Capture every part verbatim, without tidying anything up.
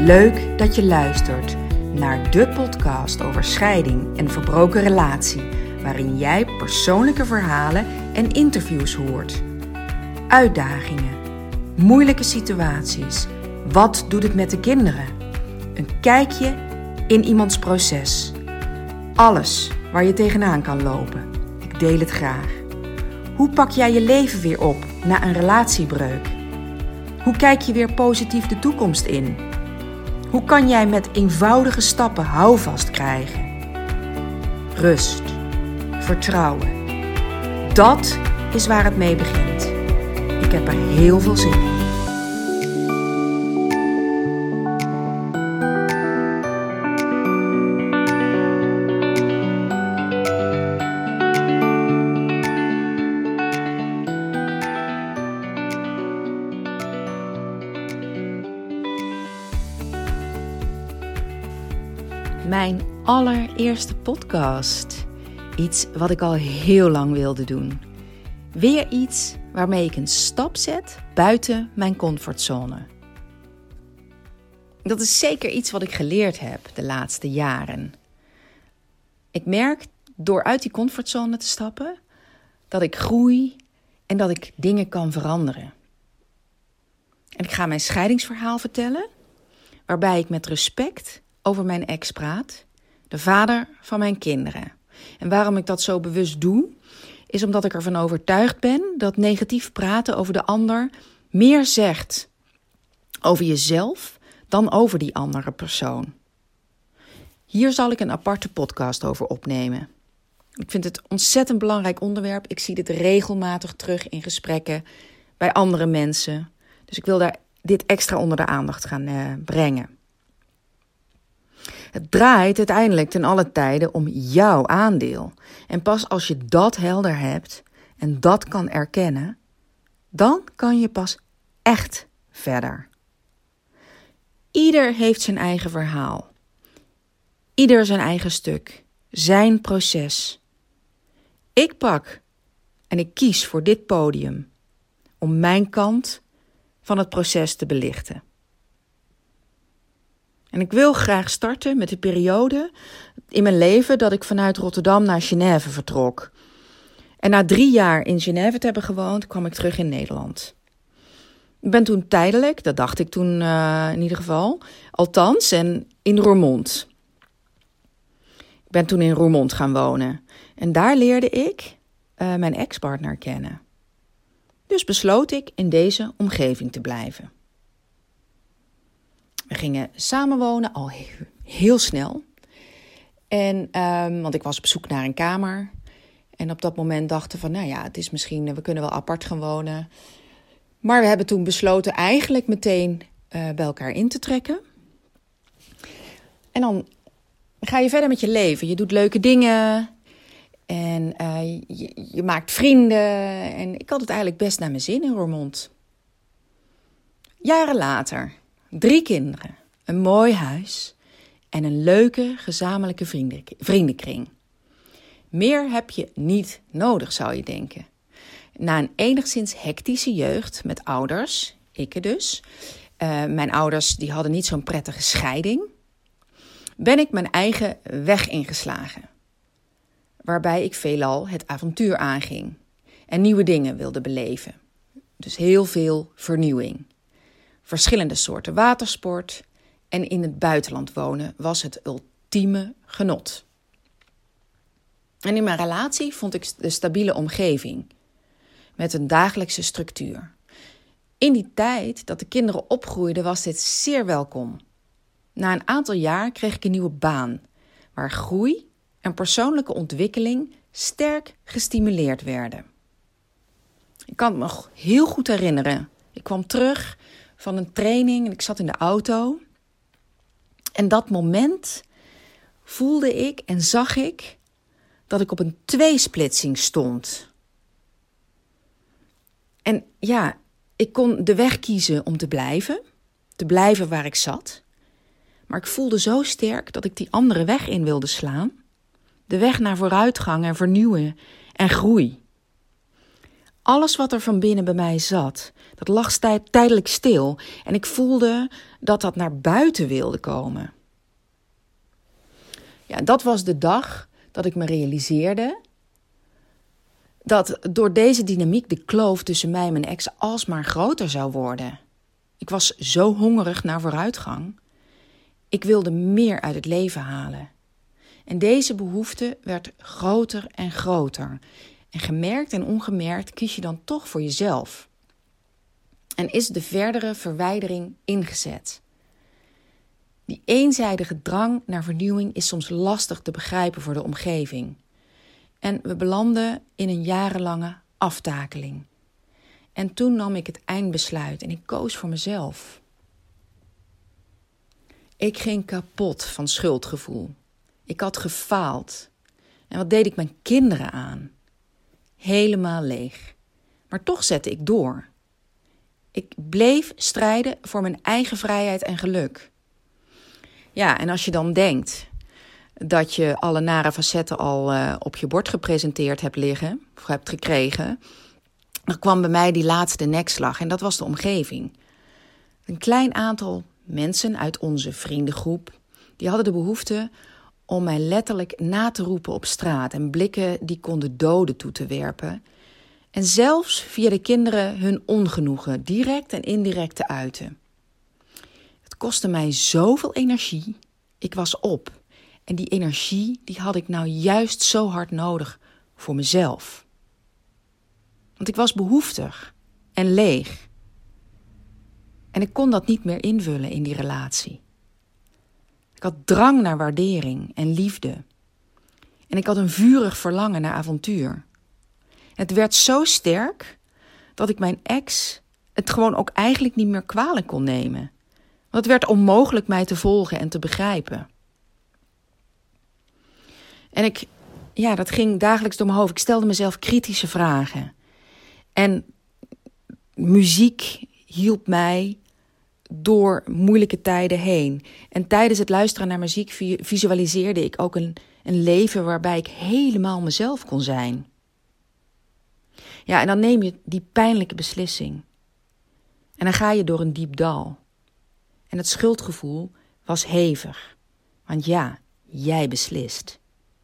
Leuk dat je luistert naar de podcast over scheiding en verbroken relatie, waarin jij persoonlijke verhalen en interviews hoort. Uitdagingen, moeilijke situaties, wat doet het met de kinderen? Een kijkje in iemands proces. Alles waar je tegenaan kan lopen. Ik deel het graag. Hoe pak jij je leven weer op na een relatiebreuk? Hoe kijk je weer positief de toekomst in? Hoe kan jij met eenvoudige stappen houvast krijgen? Rust, vertrouwen. Dat is waar het mee begint. Ik heb er heel veel zin in. Mijn allereerste podcast. Iets wat ik al heel lang wilde doen. Weer iets waarmee ik een stap zet buiten mijn comfortzone. Dat is zeker iets wat ik geleerd heb de laatste jaren. Ik merk door uit die comfortzone te stappen dat ik groei en dat ik dingen kan veranderen. En ik ga mijn scheidingsverhaal vertellen, waarbij ik met respect over mijn ex praat, de vader van mijn kinderen. En waarom ik dat zo bewust doe, is omdat ik ervan overtuigd ben dat negatief praten over de ander meer zegt over jezelf dan over die andere persoon. Hier zal ik een aparte podcast over opnemen. Ik vind het een ontzettend belangrijk onderwerp. Ik zie dit regelmatig terug in gesprekken bij andere mensen. Dus ik wil daar dit extra onder de aandacht gaan uh, brengen. Het draait uiteindelijk ten alle tijden om jouw aandeel. En pas als je dat helder hebt en dat kan erkennen, dan kan je pas echt verder. Ieder heeft zijn eigen verhaal. Ieder zijn eigen stuk. Zijn proces. Ik pak en ik kies voor dit podium om mijn kant van het proces te belichten. En ik wil graag starten met de periode in mijn leven dat ik vanuit Rotterdam naar Genève vertrok. En na drie jaar in Genève te hebben gewoond, kwam ik terug in Nederland. Ik ben toen tijdelijk, dat dacht ik toen uh, in ieder geval, althans, en in Roermond. Ik ben toen in Roermond gaan wonen. En daar leerde ik uh, mijn ex-partner kennen. Dus besloot ik in deze omgeving te blijven. We gingen samenwonen al heel, heel snel. En, um, want ik was op zoek naar een kamer. En op dat moment dachten we van, nou ja, het is misschien, we kunnen wel apart gaan wonen. Maar we hebben toen besloten eigenlijk meteen uh, bij elkaar in te trekken. En dan ga je verder met je leven. Je doet leuke dingen. En uh, je, je maakt vrienden. En ik had het eigenlijk best naar mijn zin in Roermond. Jaren later. Drie kinderen, een mooi huis en een leuke gezamenlijke vrienden, vriendenkring. Meer heb je niet nodig, zou je denken. Na een enigszins hectische jeugd met ouders, ik dus. Uh, mijn ouders die hadden niet zo'n prettige scheiding. Ben ik mijn eigen weg ingeslagen. Waarbij ik veelal het avontuur aanging. En nieuwe dingen wilde beleven. Dus heel veel vernieuwing. Verschillende soorten watersport en in het buitenland wonen was het ultieme genot. En in mijn relatie vond ik de stabiele omgeving met een dagelijkse structuur. In die tijd dat de kinderen opgroeiden was dit zeer welkom. Na een aantal jaar kreeg ik een nieuwe baan waar groei en persoonlijke ontwikkeling sterk gestimuleerd werden. Ik kan het me nog heel goed herinneren. Ik kwam terug van een training en ik zat in de auto. En dat moment voelde ik en zag ik dat ik op een tweesplitsing stond. En ja, ik kon de weg kiezen om te blijven. Te blijven waar ik zat. Maar ik voelde zo sterk dat ik die andere weg in wilde slaan. De weg naar vooruitgang en vernieuwen en groei. Alles wat er van binnen bij mij zat, dat lag tij- tijdelijk stil. En ik voelde dat dat naar buiten wilde komen. Ja, dat was de dag dat ik me realiseerde dat door deze dynamiek de kloof tussen mij en mijn ex alsmaar groter zou worden. Ik was zo hongerig naar vooruitgang. Ik wilde meer uit het leven halen. En deze behoefte werd groter en groter. En gemerkt en ongemerkt kies je dan toch voor jezelf. En is de verdere verwijdering ingezet. Die eenzijdige drang naar vernieuwing is soms lastig te begrijpen voor de omgeving. En we belanden in een jarenlange aftakeling. En toen nam ik het eindbesluit en ik koos voor mezelf. Ik ging kapot van schuldgevoel. Ik had gefaald. En wat deed ik mijn kinderen aan? Helemaal leeg. Maar toch zette ik door. Ik bleef strijden voor mijn eigen vrijheid en geluk. Ja, en als je dan denkt dat je alle nare facetten al uh, op je bord gepresenteerd hebt liggen, of hebt gekregen, dan kwam bij mij die laatste nekslag en dat was de omgeving. Een klein aantal mensen uit onze vriendengroep, die hadden de behoefte om mij letterlijk na te roepen op straat en blikken die konden doden toe te werpen. En zelfs via de kinderen hun ongenoegen direct en indirect te uiten. Het kostte mij zoveel energie. Ik was op. En die energie die had ik nou juist zo hard nodig voor mezelf. Want ik was behoeftig en leeg. En ik kon dat niet meer invullen in die relatie. Ik had drang naar waardering en liefde. En ik had een vurig verlangen naar avontuur. Het werd zo sterk dat ik mijn ex het gewoon ook eigenlijk niet meer kwalijk kon nemen. Want het werd onmogelijk mij te volgen en te begrijpen. En ik, ja, dat ging dagelijks door mijn hoofd. Ik stelde mezelf kritische vragen. En muziek hielp mij door moeilijke tijden heen. En tijdens het luisteren naar muziek visualiseerde ik ook een, een leven waarbij ik helemaal mezelf kon zijn. Ja, en dan neem je die pijnlijke beslissing. En dan ga je door een diep dal. En het schuldgevoel was hevig. Want ja, jij beslist.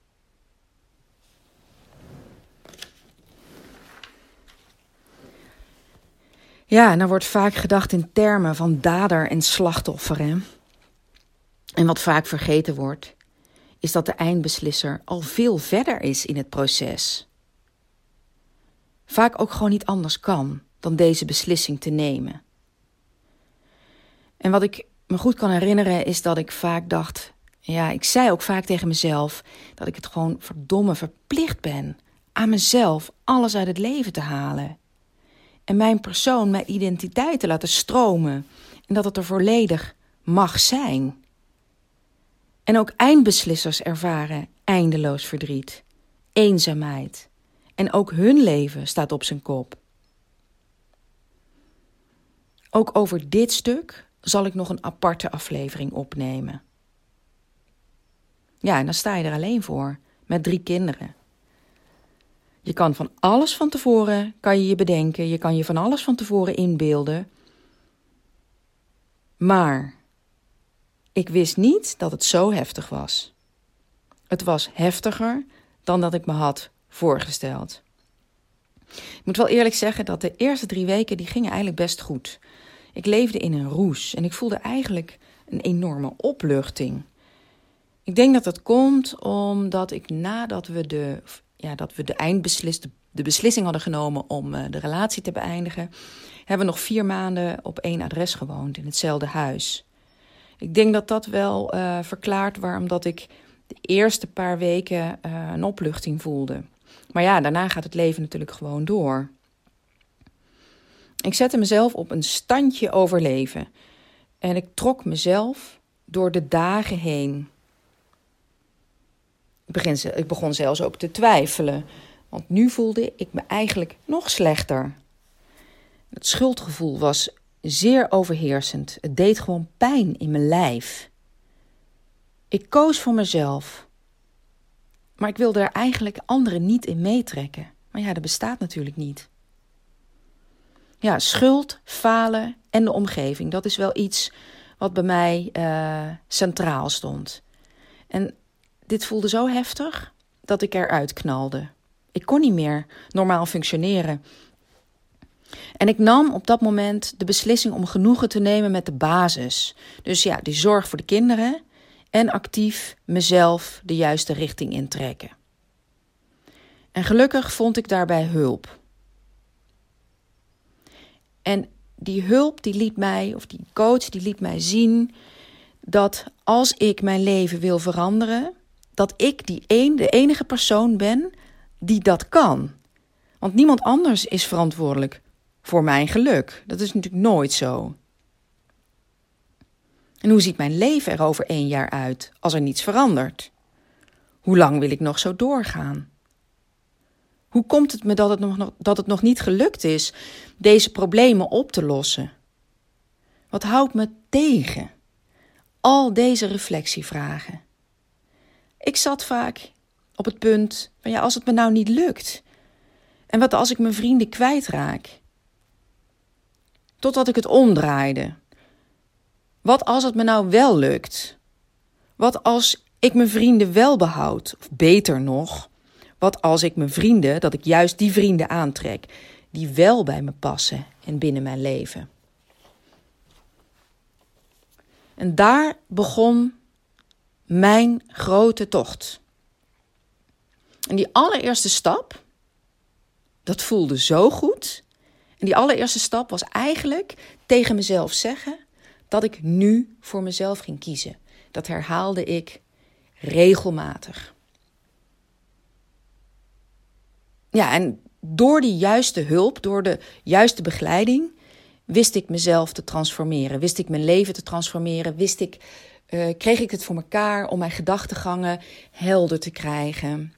Ja, en dan wordt vaak gedacht in termen van dader en slachtoffer. Hè? En wat vaak vergeten wordt, is dat de eindbeslisser al veel verder is in het proces. Vaak ook gewoon niet anders kan dan deze beslissing te nemen. En wat ik me goed kan herinneren is dat ik vaak dacht, ja, ik zei ook vaak tegen mezelf dat ik het gewoon verdomme verplicht ben aan mezelf alles uit het leven te halen. En mijn persoon, mijn identiteit te laten stromen. En dat het er volledig mag zijn. En ook eindbeslissers ervaren eindeloos verdriet, eenzaamheid. En ook hun leven staat op zijn kop. Ook over dit stuk zal ik nog een aparte aflevering opnemen. Ja, en dan sta je er alleen voor, met drie kinderen. Je kan van alles van tevoren, kan je je bedenken, je kan je van alles van tevoren inbeelden. Maar ik wist niet dat het zo heftig was. Het was heftiger dan dat ik me had voorgesteld. Ik moet wel eerlijk zeggen dat de eerste drie weken die gingen eigenlijk best goed. Ik leefde in een roes en ik voelde eigenlijk een enorme opluchting. Ik denk dat dat komt omdat ik nadat we de, ja, dat we de eindbeslis, de, de beslissing hadden genomen om uh, de relatie te beëindigen, hebben we nog vier maanden op één adres gewoond in hetzelfde huis. Ik denk dat dat wel uh, verklaart waarom dat ik de eerste paar weken uh, een opluchting voelde. Maar ja, daarna gaat het leven natuurlijk gewoon door. Ik zette mezelf op een standje overleven. En ik trok mezelf door de dagen heen. Ik, begin, ik begon zelfs ook te twijfelen. Want nu voelde ik me eigenlijk nog slechter. Het schuldgevoel was zeer overheersend. Het deed gewoon pijn in mijn lijf. Ik koos voor mezelf. Maar ik wilde er eigenlijk anderen niet in meetrekken. Maar ja, dat bestaat natuurlijk niet. Ja, schuld, falen en de omgeving. Dat is wel iets wat bij mij uh, centraal stond. En dit voelde zo heftig dat ik eruit knalde. Ik kon niet meer normaal functioneren. En ik nam op dat moment de beslissing om genoegen te nemen met de basis. Dus ja, die zorg voor de kinderen en actief mezelf de juiste richting intrekken. En gelukkig vond ik daarbij hulp. En die hulp die liet mij, of die coach die liet mij zien dat als ik mijn leven wil veranderen, dat ik die een, de enige persoon ben die dat kan. Want niemand anders is verantwoordelijk voor mijn geluk. Dat is natuurlijk nooit zo. En hoe ziet mijn leven er over één jaar uit als er niets verandert? Hoe lang wil ik nog zo doorgaan? Hoe komt het me dat het nog, dat het nog niet gelukt is deze problemen op te lossen? Wat houdt me tegen? Al deze reflectievragen. Ik zat vaak op het punt van ja, als het me nou niet lukt. En wat als ik mijn vrienden kwijtraak? Totdat ik het omdraaide. Wat als het me nou wel lukt? Wat als ik mijn vrienden wel behoud? Of beter nog, wat als ik mijn vrienden, dat ik juist die vrienden aantrek, die wel bij me passen en binnen mijn leven? En daar begon mijn grote tocht. En die allereerste stap, dat voelde zo goed. En die allereerste stap was eigenlijk tegen mezelf zeggen dat ik nu voor mezelf ging kiezen. Dat herhaalde ik regelmatig. Ja, en door die juiste hulp, door de juiste begeleiding, wist ik mezelf te transformeren. Wist ik mijn leven te transformeren. Wist ik, uh, kreeg ik het voor elkaar om mijn gedachtegangen helder te krijgen.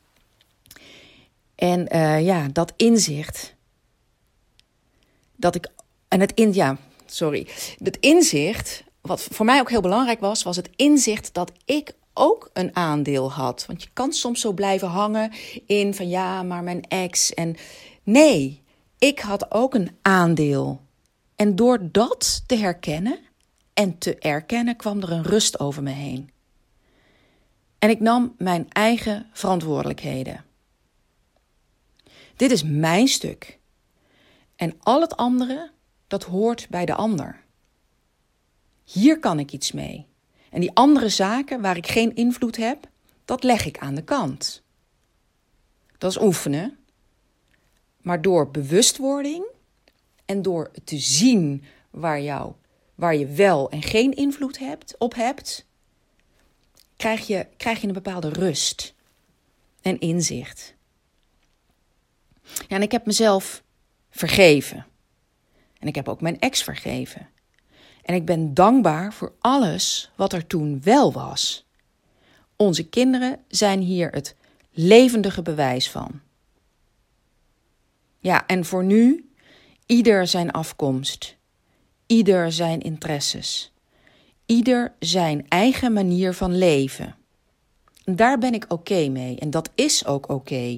En uh, ja, dat inzicht. Dat ik, en het in, ja, sorry. Het inzicht, wat voor mij ook heel belangrijk was, was het inzicht dat ik ook een aandeel had. Want je kan soms zo blijven hangen in van ja, maar mijn ex. En nee, ik had ook een aandeel. En door dat te herkennen en te erkennen kwam er een rust over me heen. En ik nam mijn eigen verantwoordelijkheden. Dit is mijn stuk. En al het andere, dat hoort bij de ander. Hier kan ik iets mee. En die andere zaken waar ik geen invloed heb, dat leg ik aan de kant. Dat is oefenen. Maar door bewustwording en door te zien waar, jou, waar je wel en geen invloed hebt, op hebt, krijg je, krijg je een bepaalde rust en inzicht. Ja, en ik heb mezelf vergeven. En ik heb ook mijn ex vergeven. En ik ben dankbaar voor alles wat er toen wel was. Onze kinderen zijn hier het levendige bewijs van. Ja, en voor nu, ieder zijn afkomst. Ieder zijn interesses. Ieder zijn eigen manier van leven. En daar ben ik oké mee. En dat is ook oké.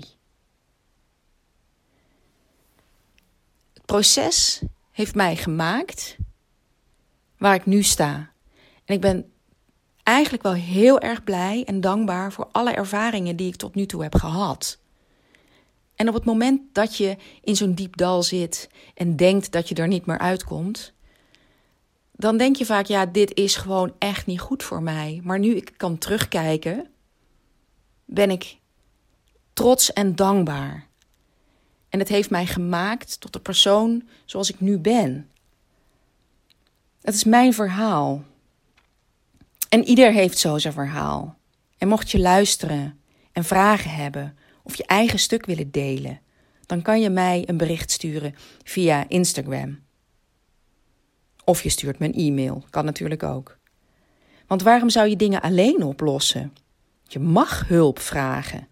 Het proces heeft mij gemaakt waar ik nu sta. En ik ben eigenlijk wel heel erg blij en dankbaar voor alle ervaringen die ik tot nu toe heb gehad. En op het moment dat je in zo'n diep dal zit en denkt dat je er niet meer uitkomt, dan denk je vaak, ja, dit is gewoon echt niet goed voor mij. Maar nu ik kan terugkijken, ben ik trots en dankbaar. En het heeft mij gemaakt tot de persoon zoals ik nu ben. Het is mijn verhaal. En ieder heeft zo zijn verhaal. En mocht je luisteren en vragen hebben of je eigen stuk willen delen, dan kan je mij een bericht sturen via Instagram. Of je stuurt me een e-mail, kan natuurlijk ook. Want waarom zou je dingen alleen oplossen? Je mag hulp vragen.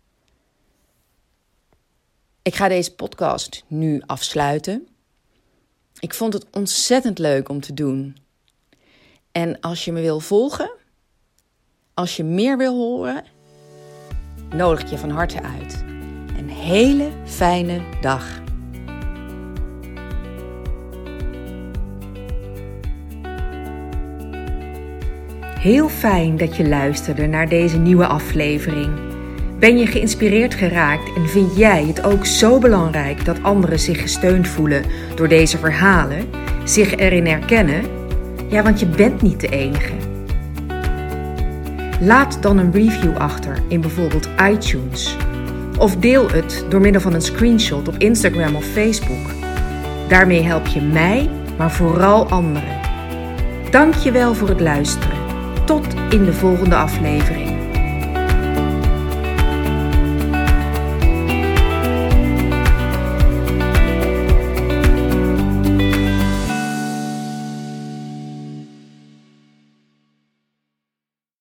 Ik ga deze podcast nu afsluiten. Ik vond het ontzettend leuk om te doen. En als je me wil volgen, als je meer wil horen, nodig ik je van harte uit. Een hele fijne dag. Heel fijn dat je luisterde naar deze nieuwe aflevering. Ben je geïnspireerd geraakt en vind jij het ook zo belangrijk dat anderen zich gesteund voelen door deze verhalen, zich erin herkennen? Ja, want je bent niet de enige. Laat dan een review achter in bijvoorbeeld iTunes. Of deel het door middel van een screenshot op Instagram of Facebook. Daarmee help je mij, maar vooral anderen. Dank je wel voor het luisteren. Tot in de volgende aflevering.